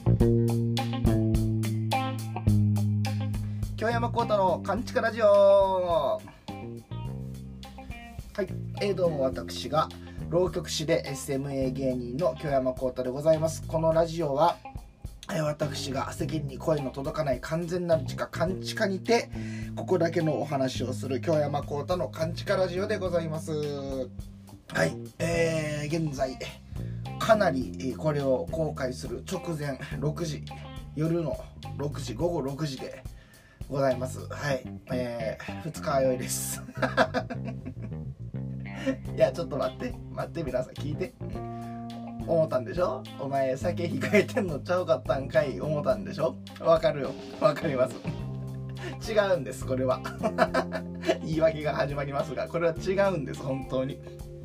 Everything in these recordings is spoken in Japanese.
京山幸太の勘違いラジオ。はい、どうも私が浪曲師で SMA 芸人の京山幸太でございます。このラジオは私が世間に声の届かない完全なる地下勘違いにてここだけのお話をする京山幸太の勘違いラジオでございます。はい、現在かなりこれを公開する直前6時夜の6時午後6時でございます。はい、二日酔いですいやちょっと待って皆さん聞いて、思ったんでしょ、お前酒控えてんのちゃうかったんかい思ったんでしょ。わかるよ、わかります違うんです、これは言い訳が始まりますが、これは違うんです本当に。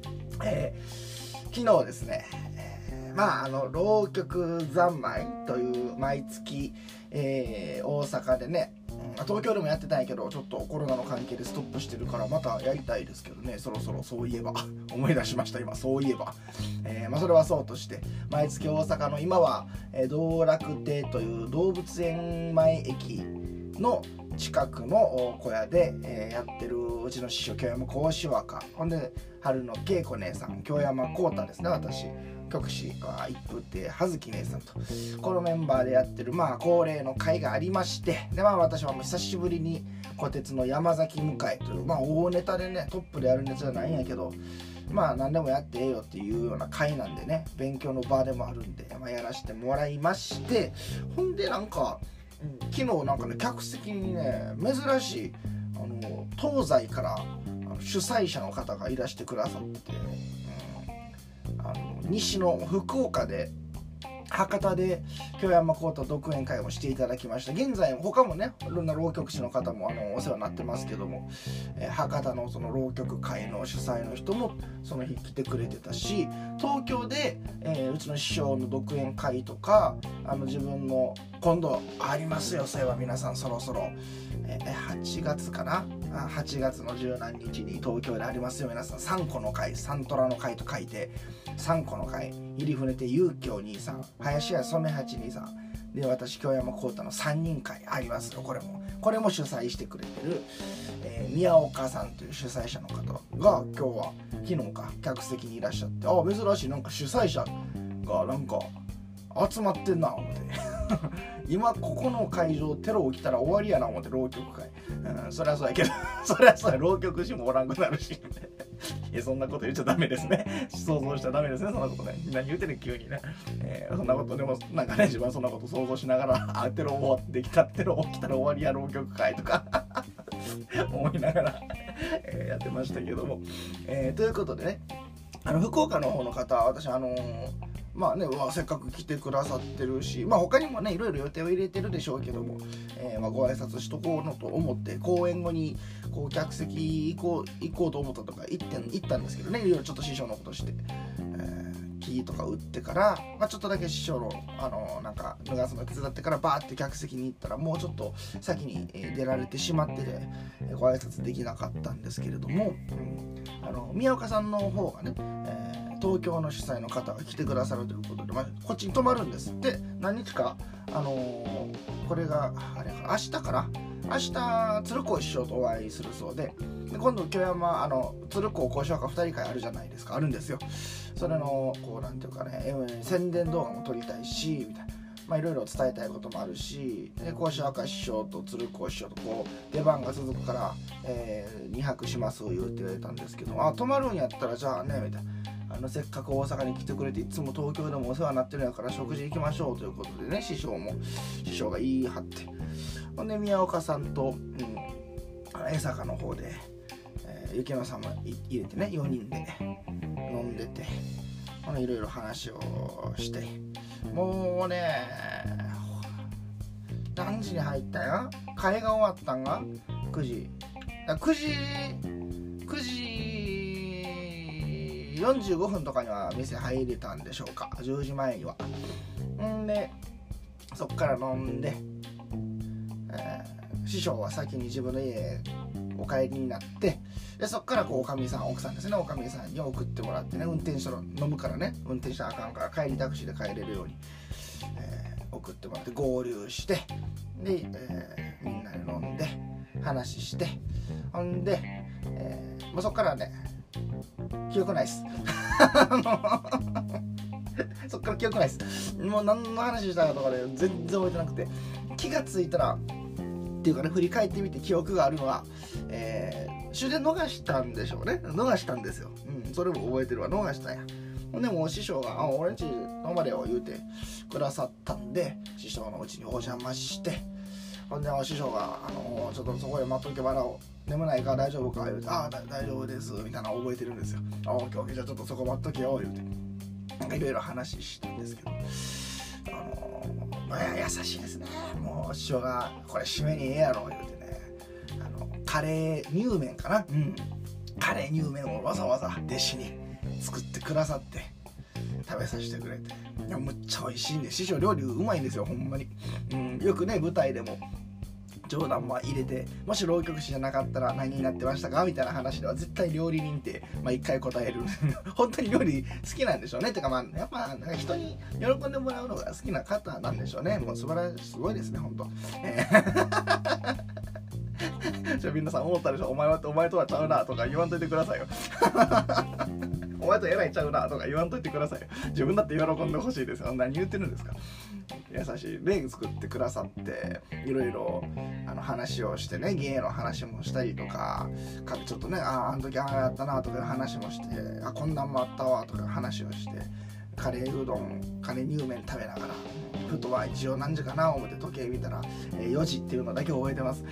昨日ですね、浪曲三昧という毎月、大阪でね、東京でもやってたんやけどちょっとコロナの関係でストップしてるからまたやりたいですけどね、そろそろ。そういえば思い出しました今、そういえば、それはそうとして、毎月大阪の今は、道楽亭という動物園前駅の近くの小屋で、やってるうちの師匠京山幸志若、ほんで春の恵子姉さん、京山幸太ですね、私曲師は一風亭葉月姉さんとこのメンバーでやってる恒例の会がありまして、で私はもう久しぶりに虎鉄の山崎向井という大ネタでね、トップでやるネタじゃないんやけど何でもやってええよっていうような会なんでね、勉強の場でもあるんで、やらせてもらいまして、ほんで昨日ね、客席にね珍しい東西から主催者の方がいらしてくださって、西の福岡で博多で京山幸太独演会をしていただきました。現在他もねいろんな浪曲師の方もお世話になってますけども、博多のその浪曲会の主催の人もその日来てくれてたし、東京で、うちの師匠の独演会とか自分の今度ありますよ。そういえば皆さんそろそろ、8月かな、8月の十何日に東京でありますよ皆さん。三個の会、サントラの会と書いて三個の会、入船亭遊興兄さん、林家染八兄さんで私京山幸太の3人会ありますよ。これも主催してくれてる、宮岡さんという主催者の方が今日は昨日か客席にいらっしゃって、珍しい、主催者が集まってんな思って今ここの会場テロ起きたら終わりやな思って、浪曲会、そりゃそうやけどそりゃそうや、浪曲師もおらんくなるしそんなこと言っちゃダメですね想像しちゃダメですね、そんなことね。何言うてんねん急にね、そんなことでも自分はそんなこと想像しながらテロ終わってきた、テロ起きたら終わりや浪曲会とか思いながらやってましたけども、ということでね、福岡の方の方は私せっかく来てくださってるし、他にもねいろいろ予定を入れてるでしょうけども、ご挨拶しとこうのと思って公演後に客席行こうと思ったとか行ったんですけどね、いろいろちょっと師匠のことして、木とか打ってから、ちょっとだけ師匠の脱がすの手伝ってからバーって客席に行ったら、もうちょっと先に出られてしまってて、ご挨拶できなかったんですけれども、宮岡さんの方がね、東京の主催の方が来てくださるということで、こっちに泊まるんですって。何日かこれが明日かな、明日鶴光師匠とお会いするそうで、今度京山鶴光講師若2人会あるじゃないですか、あるんですよ。それの宣伝動画も撮りたいしみたいな、いろいろ伝えたいこともあるし、講師若師匠と鶴光師匠と出番が続くから、2泊します言って言われたんですけど、泊まるんやったらじゃあねみたいな、せっかく大阪に来てくれていつも東京でもお世話になってるんやから食事行きましょうということでね、師匠が言い張って、ほんで宮岡さんと、江坂の方で、雪乃さんも入れてね4人で飲んでて、いろいろ話をして、もうね何時に入ったんや、会が終わったんが9時45分とかには店入れたんでしょうか、10時前には。でそっから飲んで、師匠は先に自分の家へお帰りになって、でそっからおかみさん、奥さんですね、おかみさんに送ってもらってね、運転手の飲むからね、運転手あかんから帰りタクシーで帰れるように、送送ってもらって合流してで、みんなで飲んで話してほんで、そっからね記憶ないっすそっから記憶ないっす。もう何の話したかとかで全然覚えてなくて、気がついたらっていうかね、振り返ってみて記憶があるのは、終電逃したんでしょうね。逃したんですよ。それも覚えてるわ。逃したんや。ほんでもう師匠が俺んち泊まれよ言うてくださったんで、師匠のうちにお邪魔して、ほんで師匠がちょっとそこで待っとけばな、眠ないか大丈夫か言うて、大丈夫ですみたいなの覚えてるんですよ。オッケーオッケー、じゃあちょっとそこ待っとけよ言うて、なんかいろいろ話したんですけど、優しいですね。もう師匠がこれ締めにええやろ言うてね、カレー乳麺かな、カレー乳麺をわざわざ弟子に作ってくださって食べさせてくれて、いやむっちゃ美味しいんで、師匠料理うまいんですよほんまに。よくね舞台でも冗談も入れて、もし浪曲師じゃなかったら何になってましたかみたいな話では絶対料理人って一回答える本当に料理好きなんでしょうね。てかやっぱなんか人に喜んでもらうのが好きな方なんでしょうね。もうすごいですね本当。じゃあ皆さん思ったでしょ、お前とはちゃうなとか言わんといてくださいよお前とえらいちゃうなとか言わんといてくださいよ。自分だって喜んでほしいですよ。何言ってるんですか。優しいレ作ってくださって、いろいろ話をしてね、芸の話もしたりとか、ちょっとね、あの時ああやったなとか話もして、こんなんもあったわとか話をして、カレーうどん、カレー乳麺食べながら、ふとは一応何時かな思って時計見たら、4時っていうのだけ覚えてます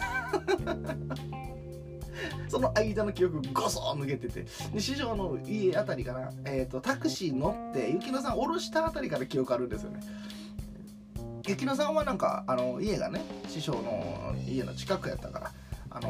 その間の記憶ゴソー抜けてて、で師匠の家あたりかな、タクシー乗って雪乃さん降ろしたあたりから記憶あるんですよね。雪乃さんはなんか家がね師匠の家の近くやったから、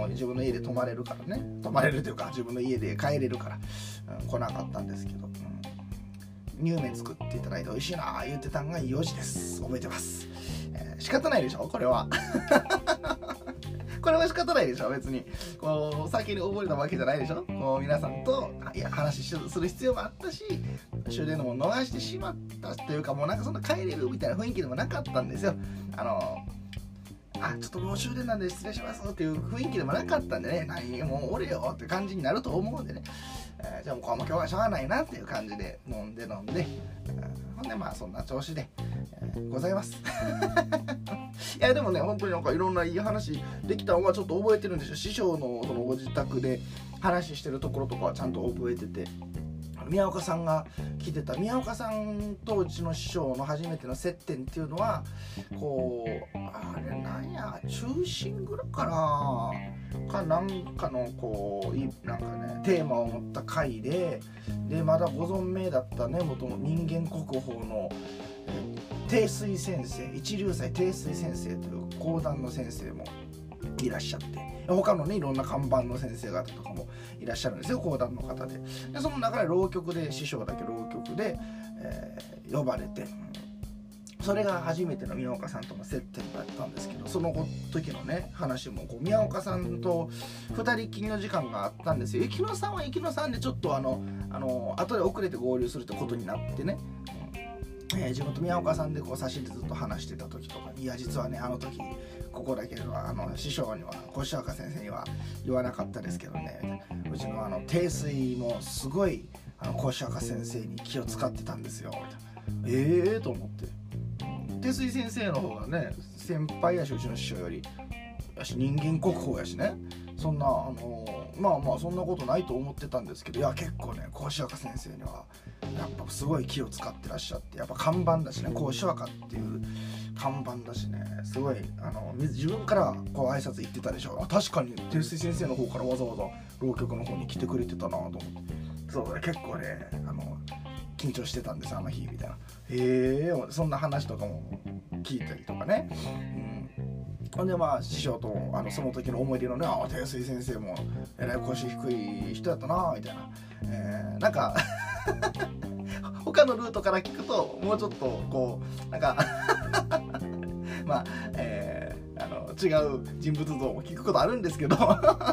自分の家で泊まれるからね、泊まれるというか自分の家で帰れるから、来なかったんですけど、乳麺作っていただいて美味しいな言ってたんが4時です。覚えてます。仕方ないでしょこれはこれは仕方ないでしょ。別にこう先に覚えたわけじゃないでしょ。こう皆さんと話する必要もあったし、終電のも逃してしまったというか、もうなんかそんな帰れるみたいな雰囲気でもなかったんですよ。ちょっともう終電なんで失礼しますっていう雰囲気でもなかったんでね、もう俺よって感じになると思うんでね、じゃあもう今日はしょうがないなっていう感じで飲んで、ほんでそんな調子で、ございますいやでもね本当になんかいろんないい話できたのはちょっと覚えてるんですよ。師匠のそのご自宅で話してるところとかはちゃんと覚えてて、宮岡さんが来てた、宮岡さんとうちの師匠の初めての接点っていうのはこうなんや中心蔵かなんかのこうなんかねテーマを持った回でまだご存命だったね元の人間国宝の定水先生、一流斎定水先生という講談の先生もいらっしゃって、他のねいろんな看板の先生方とかもいらっしゃるんですよ、講談の方で。その中で浪曲で師匠だけ浪曲で、呼ばれて、それが初めての宮岡さんとの接点だったんですけど、その時のね話も宮岡さんと2人きりの時間があったんですよ。雪乃さんは雪乃さんでちょっと後で遅れて合流するってことになってね、自分と宮岡さんで差しでずっと話してた時とかに、いや実はね時ここだけは師匠には越岡先生には言わなかったですけどね、うちの定水もすごい越岡先生に気を使ってたんですよみたいな。と思って、定水先生の方がね先輩やし、うちの師匠よりやし人間国宝やしね、そんなそんなことないと思ってたんですけど、いや結構ね越岡先生にはやっぱすごい気を使ってらっしゃって、やっぱ看板だしね、越岡っていう看板だしね、すごい自分からこう挨拶行ってたでしょ。確かに定水先生の方からわざわざ浪曲の方に来てくれてたなと思って、そう結構ね緊張してたんですあの日みたいな。そんな話とかも聞いたりとかね。ほんで師匠とその時の思い出のね、定水先生もえらい腰低い人やったなみたいな、なんか他のルートから聞くともうちょっとこうなんか違う人物像も聞くことあるんですけど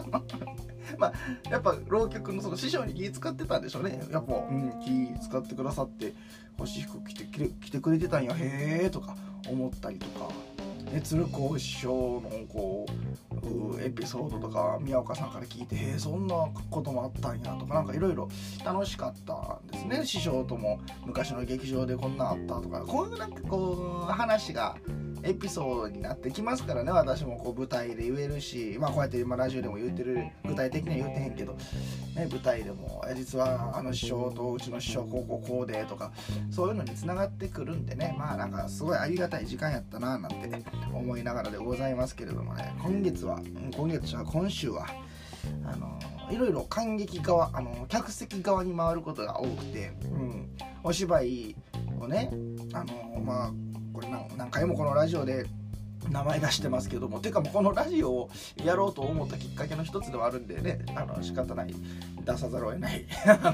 やっぱ浪曲のその師匠に気使ってたんでしょうね。やっぱ、気使ってくださって腰低く来てくれてたんやへーとか思ったりとか、鶴光師匠のこうエピソードとか宮岡さんから聞いて、そんなこともあったんやとか、なんかいろいろ楽しかったんですね。師匠とも昔の劇場でこんなあったとか、こういうなんかこう話がエピソードになってきますからね。私もこう舞台で言えるし、こうやって今ラジオでも言ってる、具体的には言ってへんけど、舞台でも実はあの師匠とうちの師匠こうでとか、そういうのにつながってくるんでね、なんかすごいありがたい時間やったななんて思いながらでございますけれどもね、今週はいろいろ観劇側、客席側に回ることが多くて、お芝居をね、これ何回もこのラジオで名前出してますけども、ていうかもうこのラジオをやろうと思ったきっかけの一つではあるんでね、仕方ない、出さざるを得ない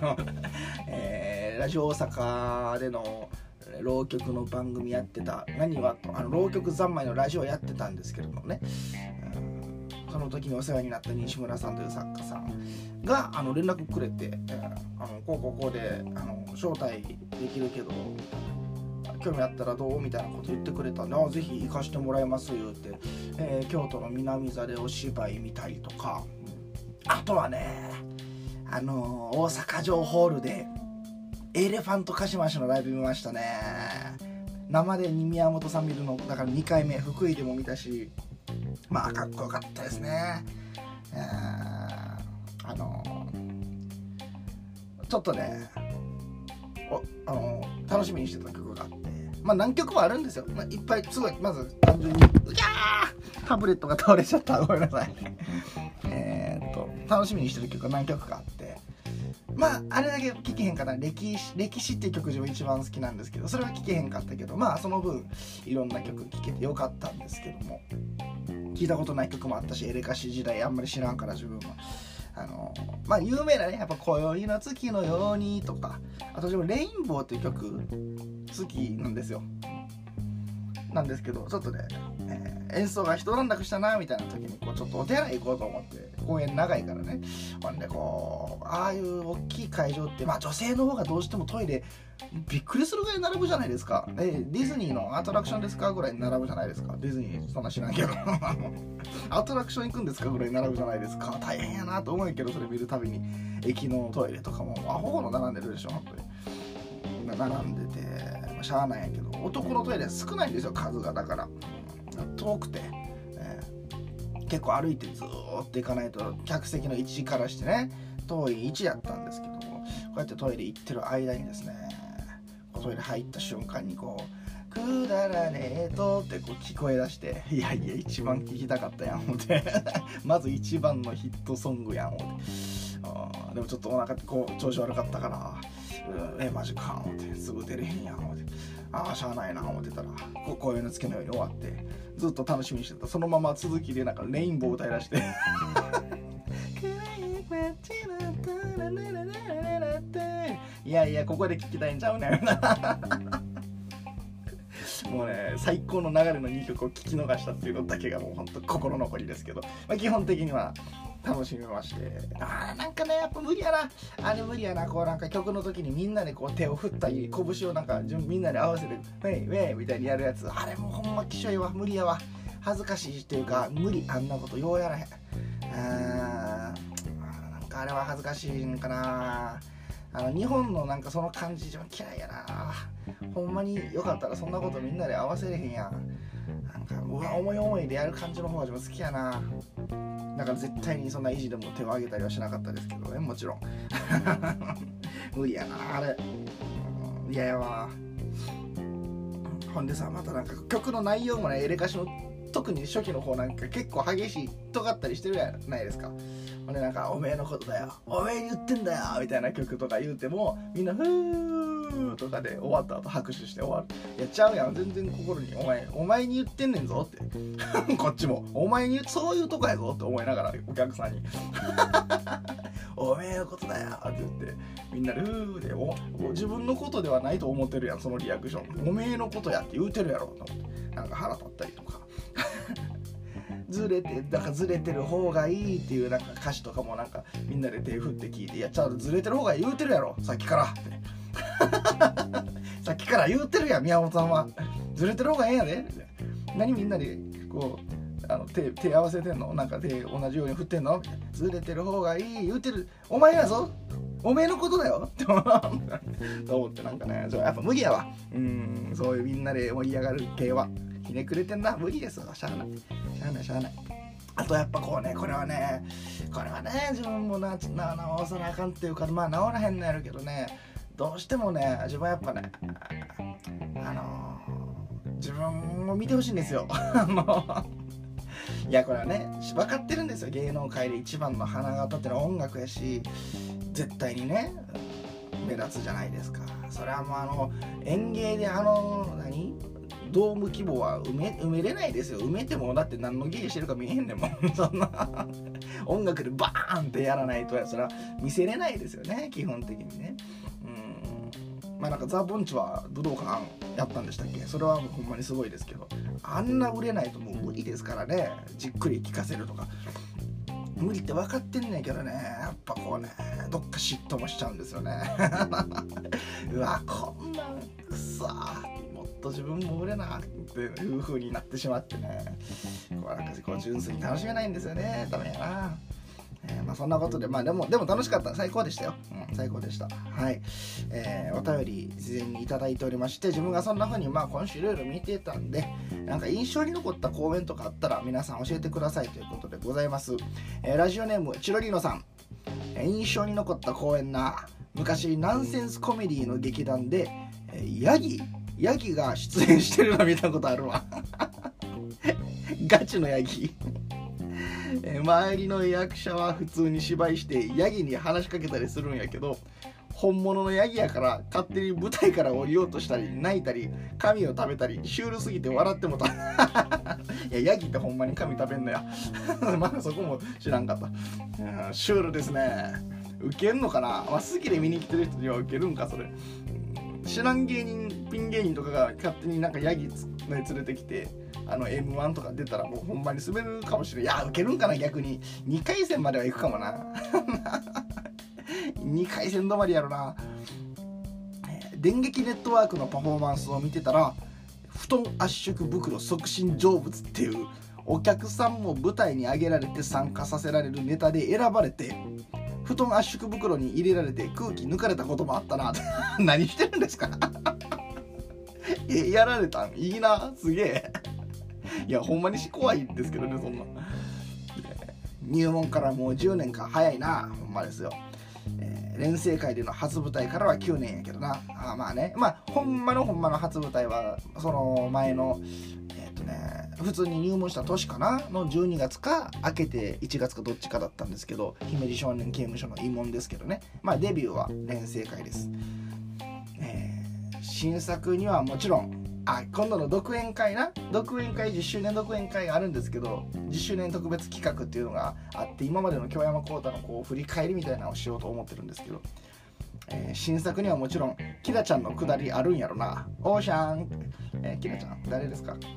ラジオ大阪での浪曲の番組やってた、浪曲三昧のラジオやってたんですけれどもね、その時にお世話になった西村さんという作家さんが連絡くれて、こうで招待できるけど興味あったらどうみたいなこと言ってくれたんで、ぜひ行かしてもらいます言って、京都の南座でお芝居見たりとか、あとはね大阪城ホールでエレファントカシマシのライブ見ましたね。生で宮本さん見るのだから2回目、福井でも見たし、かっこよかったですね。ちょっとね楽しみにしてた曲があって、何曲もあるんですよ。いっぱい、すごい、まず単純にタブレットが倒れちゃった、ごめんなさい楽しみにしてる曲が何曲かあって、あれだけ聴けへんかった。歴史っていう曲自分一番好きなんですけど、それは聴けへんかったけど、その分いろんな曲聴けてよかったんですけども、聞いたことない曲もあったし、エレカシ時代あんまり知らんから自分は有名なね、やっぱ今宵の月のようにとか、あと自分レインボーっていう曲好きなんですよ。なんですけど、ちょっとね、演奏が一段落したなみたいな時にちょっとお手洗い行こうと思って、公園長いからね、ほんでああいう大きい会場って女性の方がどうしてもトイレびっくりするぐらい並ぶじゃないですか。ディズニーのアトラクションですかぐらい並ぶじゃないですか。ディズニーそんな知らんけどアトラクション行くんですかぐらい並ぶじゃないですか。大変やなと思うけど、それ見るたびに駅のトイレとかもアホほど並んでるでしょ。本当に並んでて、しゃあないんやけど、男のトイレ少ないんですよ、数が。だから遠くて、結構歩いてずーっと行かないと、客席の位置からしてね遠い位置やったんですけども、こうやってトイレ行ってる間にですね、トイレ入った瞬間にくだらねえとって聞こえ出して、いや一番聞きたかったやん思ってまず一番のヒットソングやん思って、でもちょっとお腹調子悪かったからマジか思って、すぐ出れへんやん思って、しゃあないな思ってたら、紅葉の月のように終わって、ずっと楽しみにしてた。そのまま続きでレインボー歌い出していやここで聞きたいんちゃうねんもうね、最高の流れの2曲を聴き逃したっていうのだけがもうほんと心残りですけど、基本的には楽しみまして、なんかねやっぱ無理やな、無理やな、なんか曲の時にみんなで手を振ったり拳をなんかみんなで合わせてウェイウェイみたいにやるやつ、あれもうほんまきしょいわ、無理やわ、恥ずかしいっていうか無理、あんなことようやらへん。なんかあれは恥ずかしいんかな。日本のなんかその感じ一番嫌いやな。ほんまによかったらそんなことみんなで合わせれへんやん。なんか思い思いでやる感じの方が自分好きやな。だから絶対にそんな意地でも手を挙げたりはしなかったですけどね、もちろん無理やなあれ。いやわ。ほんでさ、またなんか曲の内容もね、エレカシの特に初期の方なんか結構激しい尖ったりしてるやないですか。ほんでなんかおめえのことだよ、おめえに言ってんだよみたいな曲とか言うても、みんなふーとかで終わった後拍手して終わる。やっちゃうやん、全然心にお前に言ってんねんぞってこっちもお前にそういうとこやぞって思いながらお客さんにおめえのことだよって言ってみんなでふーで自分のことではないと思ってるやん、そのリアクション。おめえのことやって言うてるやろと思って、なんか腹立ったりとかずれてる方がいいっていうなんか歌詞とかもなんかみんなで手振って聞いて、いやちゃんとずれてる方が言うてるやろさっきからってさっきから言うてるやん宮本さんはずれてる方がええんやで。何みんなでこう手合わせてんの、なんか手同じように振ってんの、ずれてる方がいい言うてるお前やぞ、おめえのことだよって思って、なんかね、やっぱ無理やわ。そういうみんなで盛り上がる系はひねくれてんな、無理ですわ。しゃあない。あとやっぱこれはね自分も直さなあかんっていうか、まあ直らへんのやるけどね、どうしてもね自分はやっぱね自分を見てほしいんですよ。いやこれはね分かってるんですよ。芸能界で一番の花形ってのは音楽やし、絶対にね目立つじゃないですか。それはもう演芸でドーム規模は埋めれないですよ。埋めてもだって何の芸してるか見えへんねんもん。そんな音楽でバーンってやらないとそれは見せれないですよね、基本的にね。まあなんかザ・ボンチは武道館やったんでしたっけ。それはもうほんまにすごいですけど、あんな売れないともう無理ですからね。じっくり聴かせるとか無理って分かってんねんけどね、やっぱこうねどっか嫉妬もしちゃうんですよね。うわこんなんくそー、もっと自分も売れなっていう風になってしまってね、こう純粋に楽しめないんですよね。ダメやな。まあそんなことで、まあでも楽しかった、最高でしたよ。最高でした。はい。お便り事前にいただいておりまして、自分がそんな風に今週いろいろ見てたんで、なんか印象に残った講演とかあったら皆さん教えてくださいということでございます。ラジオネームチロリーノさん、印象に残った講演な、昔ナンセンスコメディの劇団で、ヤギが出演してるの見たことあるわ。ガチのヤギ。周りの役者は普通に芝居してヤギに話しかけたりするんやけど、本物のヤギやから勝手に舞台から降りようとしたり泣いたり髪を食べたり、シュールすぎて笑ってもた。いやヤギってほんまに髪食べんのや。まあそこも知らんかった。シュールですね。ウケんのかな、好きで見に来てる人にはウケるんかそれ。知らんピン芸人とかが勝手になんかヤギ連れてきてM1 とか出たらもうほんまに滑るかもしれん。いやウケるんかな、逆に2回戦までは行くかもな。2回戦止まりやろな。電撃ネットワークのパフォーマンスを見てたら、布団圧縮袋促進成仏っていうお客さんも舞台に上げられて参加させられるネタで選ばれて、布団圧縮袋に入れられて空気抜かれたこともあったな。何してるんですか。やられたんいいな、すげえ。いやほんまに怖いんですけどね、そんな。入門からもう10年か、早いな、ほんまですよ。連成会での初舞台からは9年やけどな。まあね、ほんまの初舞台はその前の普通に入門した年かなの12月か明けて1月かどっちかだったんですけど、姫路少年刑務所の慰問ですけどね。デビューは連成会です。新作にはもちろん今度の独演会10周年独演会があるんですけど、10周年特別企画っていうのがあって、今までの京山幸太のこう振り返りみたいなのをしようと思ってるんですけど、新作にはもちろんキラちゃんのくだりあるんやろな。オーシャン、キラちゃん誰ですか。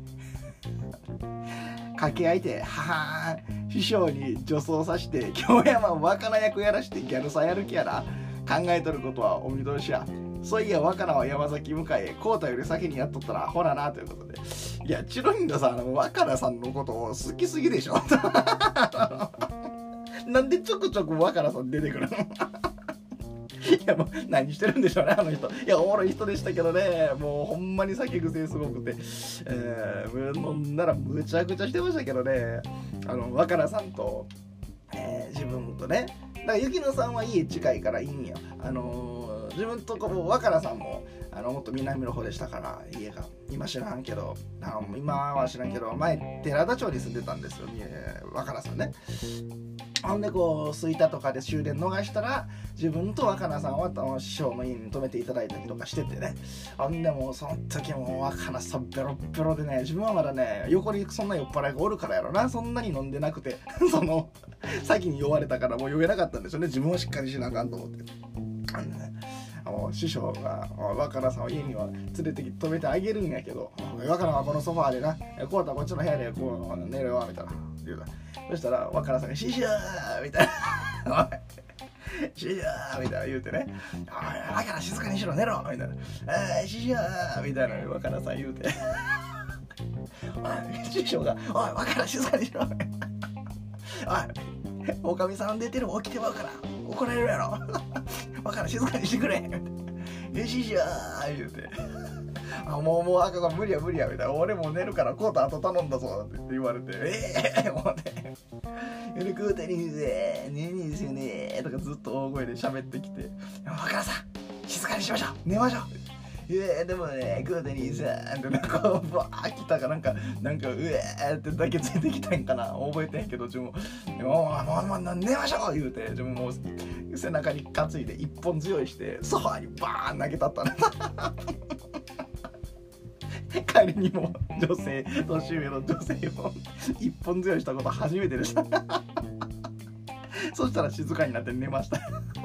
掛け合いて師匠に女装させて京山若菜役やらしてギャルさんやる気やな。考えとることはお見通しや。そういや若菜は山崎向え幸太より先にやっとったらほらなということで。いやチロリンがさ若菜さんのことを好きすぎでしょ。なんでちょくちょく若菜さん出てくるの。いやもう何してるんでしょうね、あの人。いやおもろい人でしたけどね、もうほんまに酒癖すごくて、飲んだらむちゃくちゃしてましたけどね。若菜さんと、自分とね、だから雪乃さんは家近いからいいんよ。自分と若菜さんももっと南の方でしたから家が。今知らんけど今は知らんけど前寺田町に住んでたんですよ、若菜さんね。ほんでこう吹田とかで終電逃したら自分と若菜さんは師匠の家に泊めていただいたりとかしててね。ほんでもうその時も若菜さんベロッベロでね、自分はまだね横にそんな酔っ払いがおるからやろな、そんなに飲んでなくて先に酔われたからもう酔えなかったんですよね。自分はしっかりしなあかんと思って。師匠が若菜さんを家には連れてきて止めてあげるんやけど、若菜はこのソファーでな、こうたこっちの部屋でこう寝るわみたいな言うた。そしたら若菜さんが師匠みたいな師匠みたいな言うてね、だから静かにしろ寝ろみたいな、師匠みたいな若菜さん言うて師匠がおい若菜静かにしろおいおかみさん出てる起きてまうから怒られるやろ若菜静かにしてくれ師匠言うてもうあかん無理やみたいな、俺もう寝るからコート後頼んだぞって言われてもうね夜食うてにねえねですよねとかずっと大声で喋ってきて、若菜さん静かにしましょう寝ましょうでもね食うてにさってなんかバー来たかなんかってだけついてきたんかな覚えてんけどもう寝ましょう言うてもう背中に担いで一本強いしてソファーにバーン投げたったな帰りにも年上の女性を一本強いしたこと初めてでしたそしたら静かになって寝ました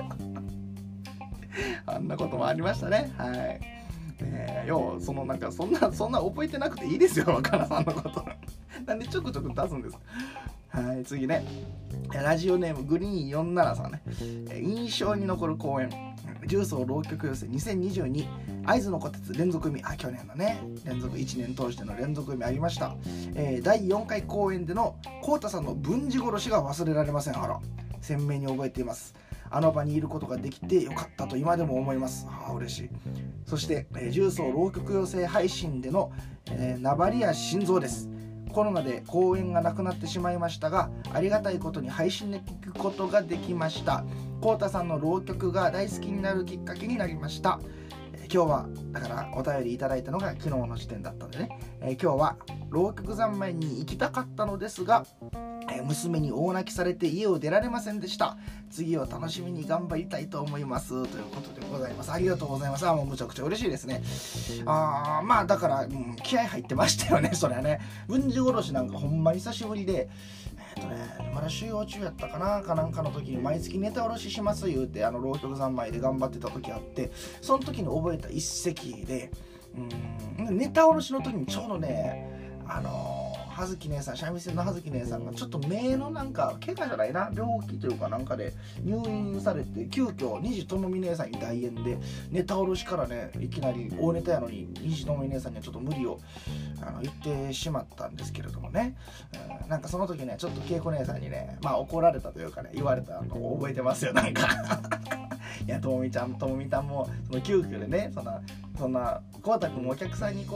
あんなこともありましたね。はい。ようそんな覚えてなくていいですよ若菜さんのことなんでちょくちょく出すんです。はい、次ね、ラジオネームグリーン47さんね、印象に残る公演重曹浪曲寄せ2022会津の虎鉄連続組、去年のね連続1年通しての連続組ありました。第4回公演での浩太さんの文字殺しが忘れられません。鮮明に覚えています。あの場にいることができてよかったと今でも思います。嬉しい。そして重曹浪曲寄せ配信での、名張屋心臓です。コロナで公演がなくなってしまいましたが、ありがたいことに配信で聞くことができました。浩太さんの浪曲が大好きになるきっかけになりました。今日はだからお便りいただいたのが昨日の時点だったんでね、今日は浪曲三昧に行きたかったのですが、娘に大泣きされて家を出られませんでした。次を楽しみに頑張りたいと思いますということでございます。ありがとうございます。もうむちゃくちゃ嬉しいですね。まあだから、気合入ってましたよね。それはね、文字殺しなんかほんまに久しぶりで、まだ修行中やったかなんかの時に毎月ネタ下ろしします言うて浪曲三昧で頑張ってた時あって、その時に覚えた一席で、ネタ下ろしの時にちょうどね葉月姉さん、三味線の葉月姉さんがちょっと目の怪我じゃないな、病気というかなんかで入院されて、急遽虹ともみ姉さんに代演でネタ下ろしからね、いきなり大ネタやのに虹ともみ姉さんにはちょっと無理を言ってしまったんですけれどもね、なんかその時ねちょっと恵子姉さんにね怒られたというかね言われたのを覚えてますよ。いやともみちゃんもその急遽でねそんなこうたくんもお客さんに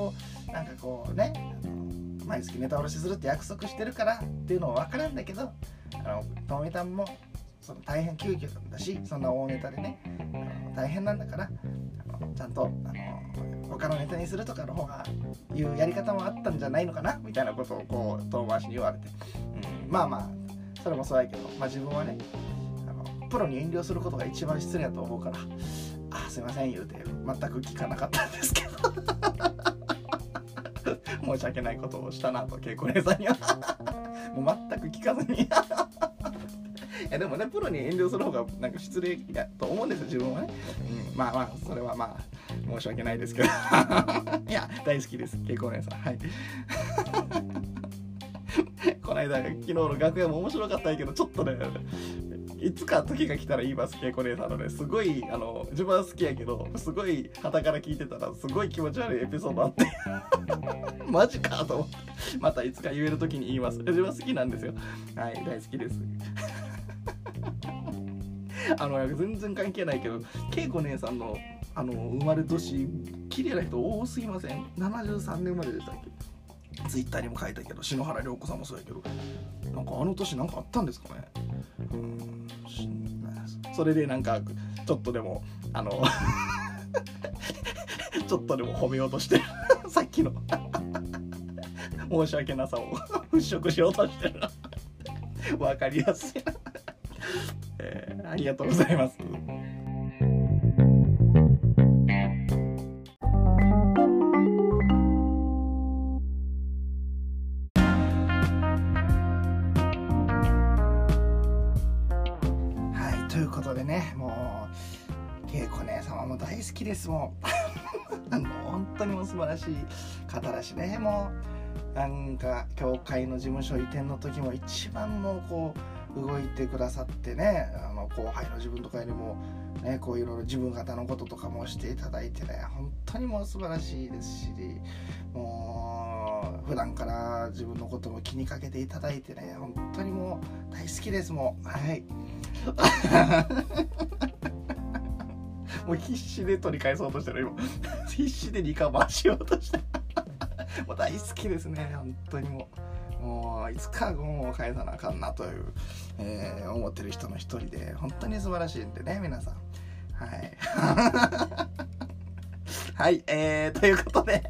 毎月ネタ下ろしするって約束してるからっていうのは分からんだけど、ともみたんもその大変急遽だし、そんな大ネタでね大変なんだからちゃんと他のネタにするとかの方がいうやり方もあったんじゃないのかなみたいなことを遠回しに言われて、まあそれもそうやけど、自分はねプロに遠慮することが一番失礼だと思うから、すいません言うて全く聞かなかったんですけど申し訳ないことをしたなと恵子姉さんにはもう全く聞かずにいやでもね、プロに遠慮する方が失礼だと思うんですよ自分はね、それは申し訳ないですけどいや大好きです恵子姉さん。はいこの間昨日の楽屋も面白かったんやけど、ちょっとねいつか時が来たら言います。恵子姉さんのねすごい自分は好きやけどすごい傍から聞いてたらすごい気持ち悪いエピソードあってマジかと思って、またいつか言える時に言います。自分は好きなんですよ。はい大好きです全然関係ないけど恵子姉さんの生まれ年綺麗な人多すぎません？73年生まれでしたっけ？ツイッターにも書いたけど、篠原涼子さんもそうやけど、年あったんですかね。それでちょっとでもちょっとでも褒めようとしてるさっきの申し訳なさを払拭しようとしてるわかりやすいなありがとうございます。ということでね、もう恵子姉様も大好きですもん本当にも素晴らしい方だしね、もう教会の事務所移転の時も一番もう動いてくださってね、後輩の自分とかよりもね、こういうの自分方のこととかもしていただいてね、本当にもう素晴らしいですし、もう普段から自分のことも気にかけていただいてね、本当にもう大好きです。もうはいもう必死で取り返そうとしてる今必死でリカバーしようとしてもう大好きですね、本当にもういつかもう返さなあかんなという、思ってる人の一人で、本当に素晴らしいんでね、皆さん。はいはい、ということで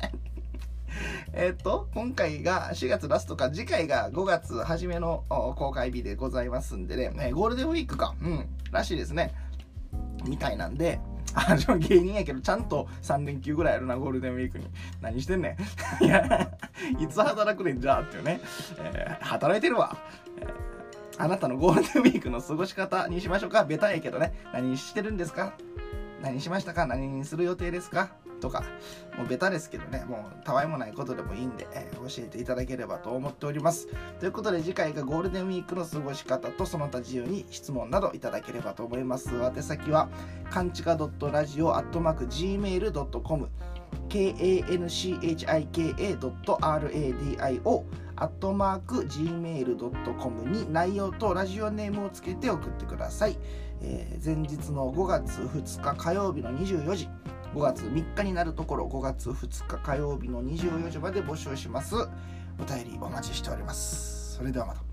今回が4月ラストか、次回が5月初めの公開日でございますんでね、ゴールデンウィークからしいですね、みたいなんで、芸人やけどちゃんと3連休ぐらいあるな、ゴールデンウィークに。何してんねんいや、いつ働くねんじゃあっていうね、働いてるわ。あなたのゴールデンウィークの過ごし方にしましょうか。ベタやけどね、何してるんですか、何しましたか、何にする予定ですかとか、もうベタですけどね、もうたわいもないことでもいいんで、教えていただければと思っております。ということで、次回がゴールデンウィークの過ごし方とその他自由に質問などいただければと思います。宛先はかんちか.radio@gmail.com kanchika.radio@gmail.com に内容とラジオネームをつけて送ってください。前日の5月2日火曜日の24時、5月3日になるところ5月2日火曜日の24時まで募集します。お便りお待ちしております。それではまた。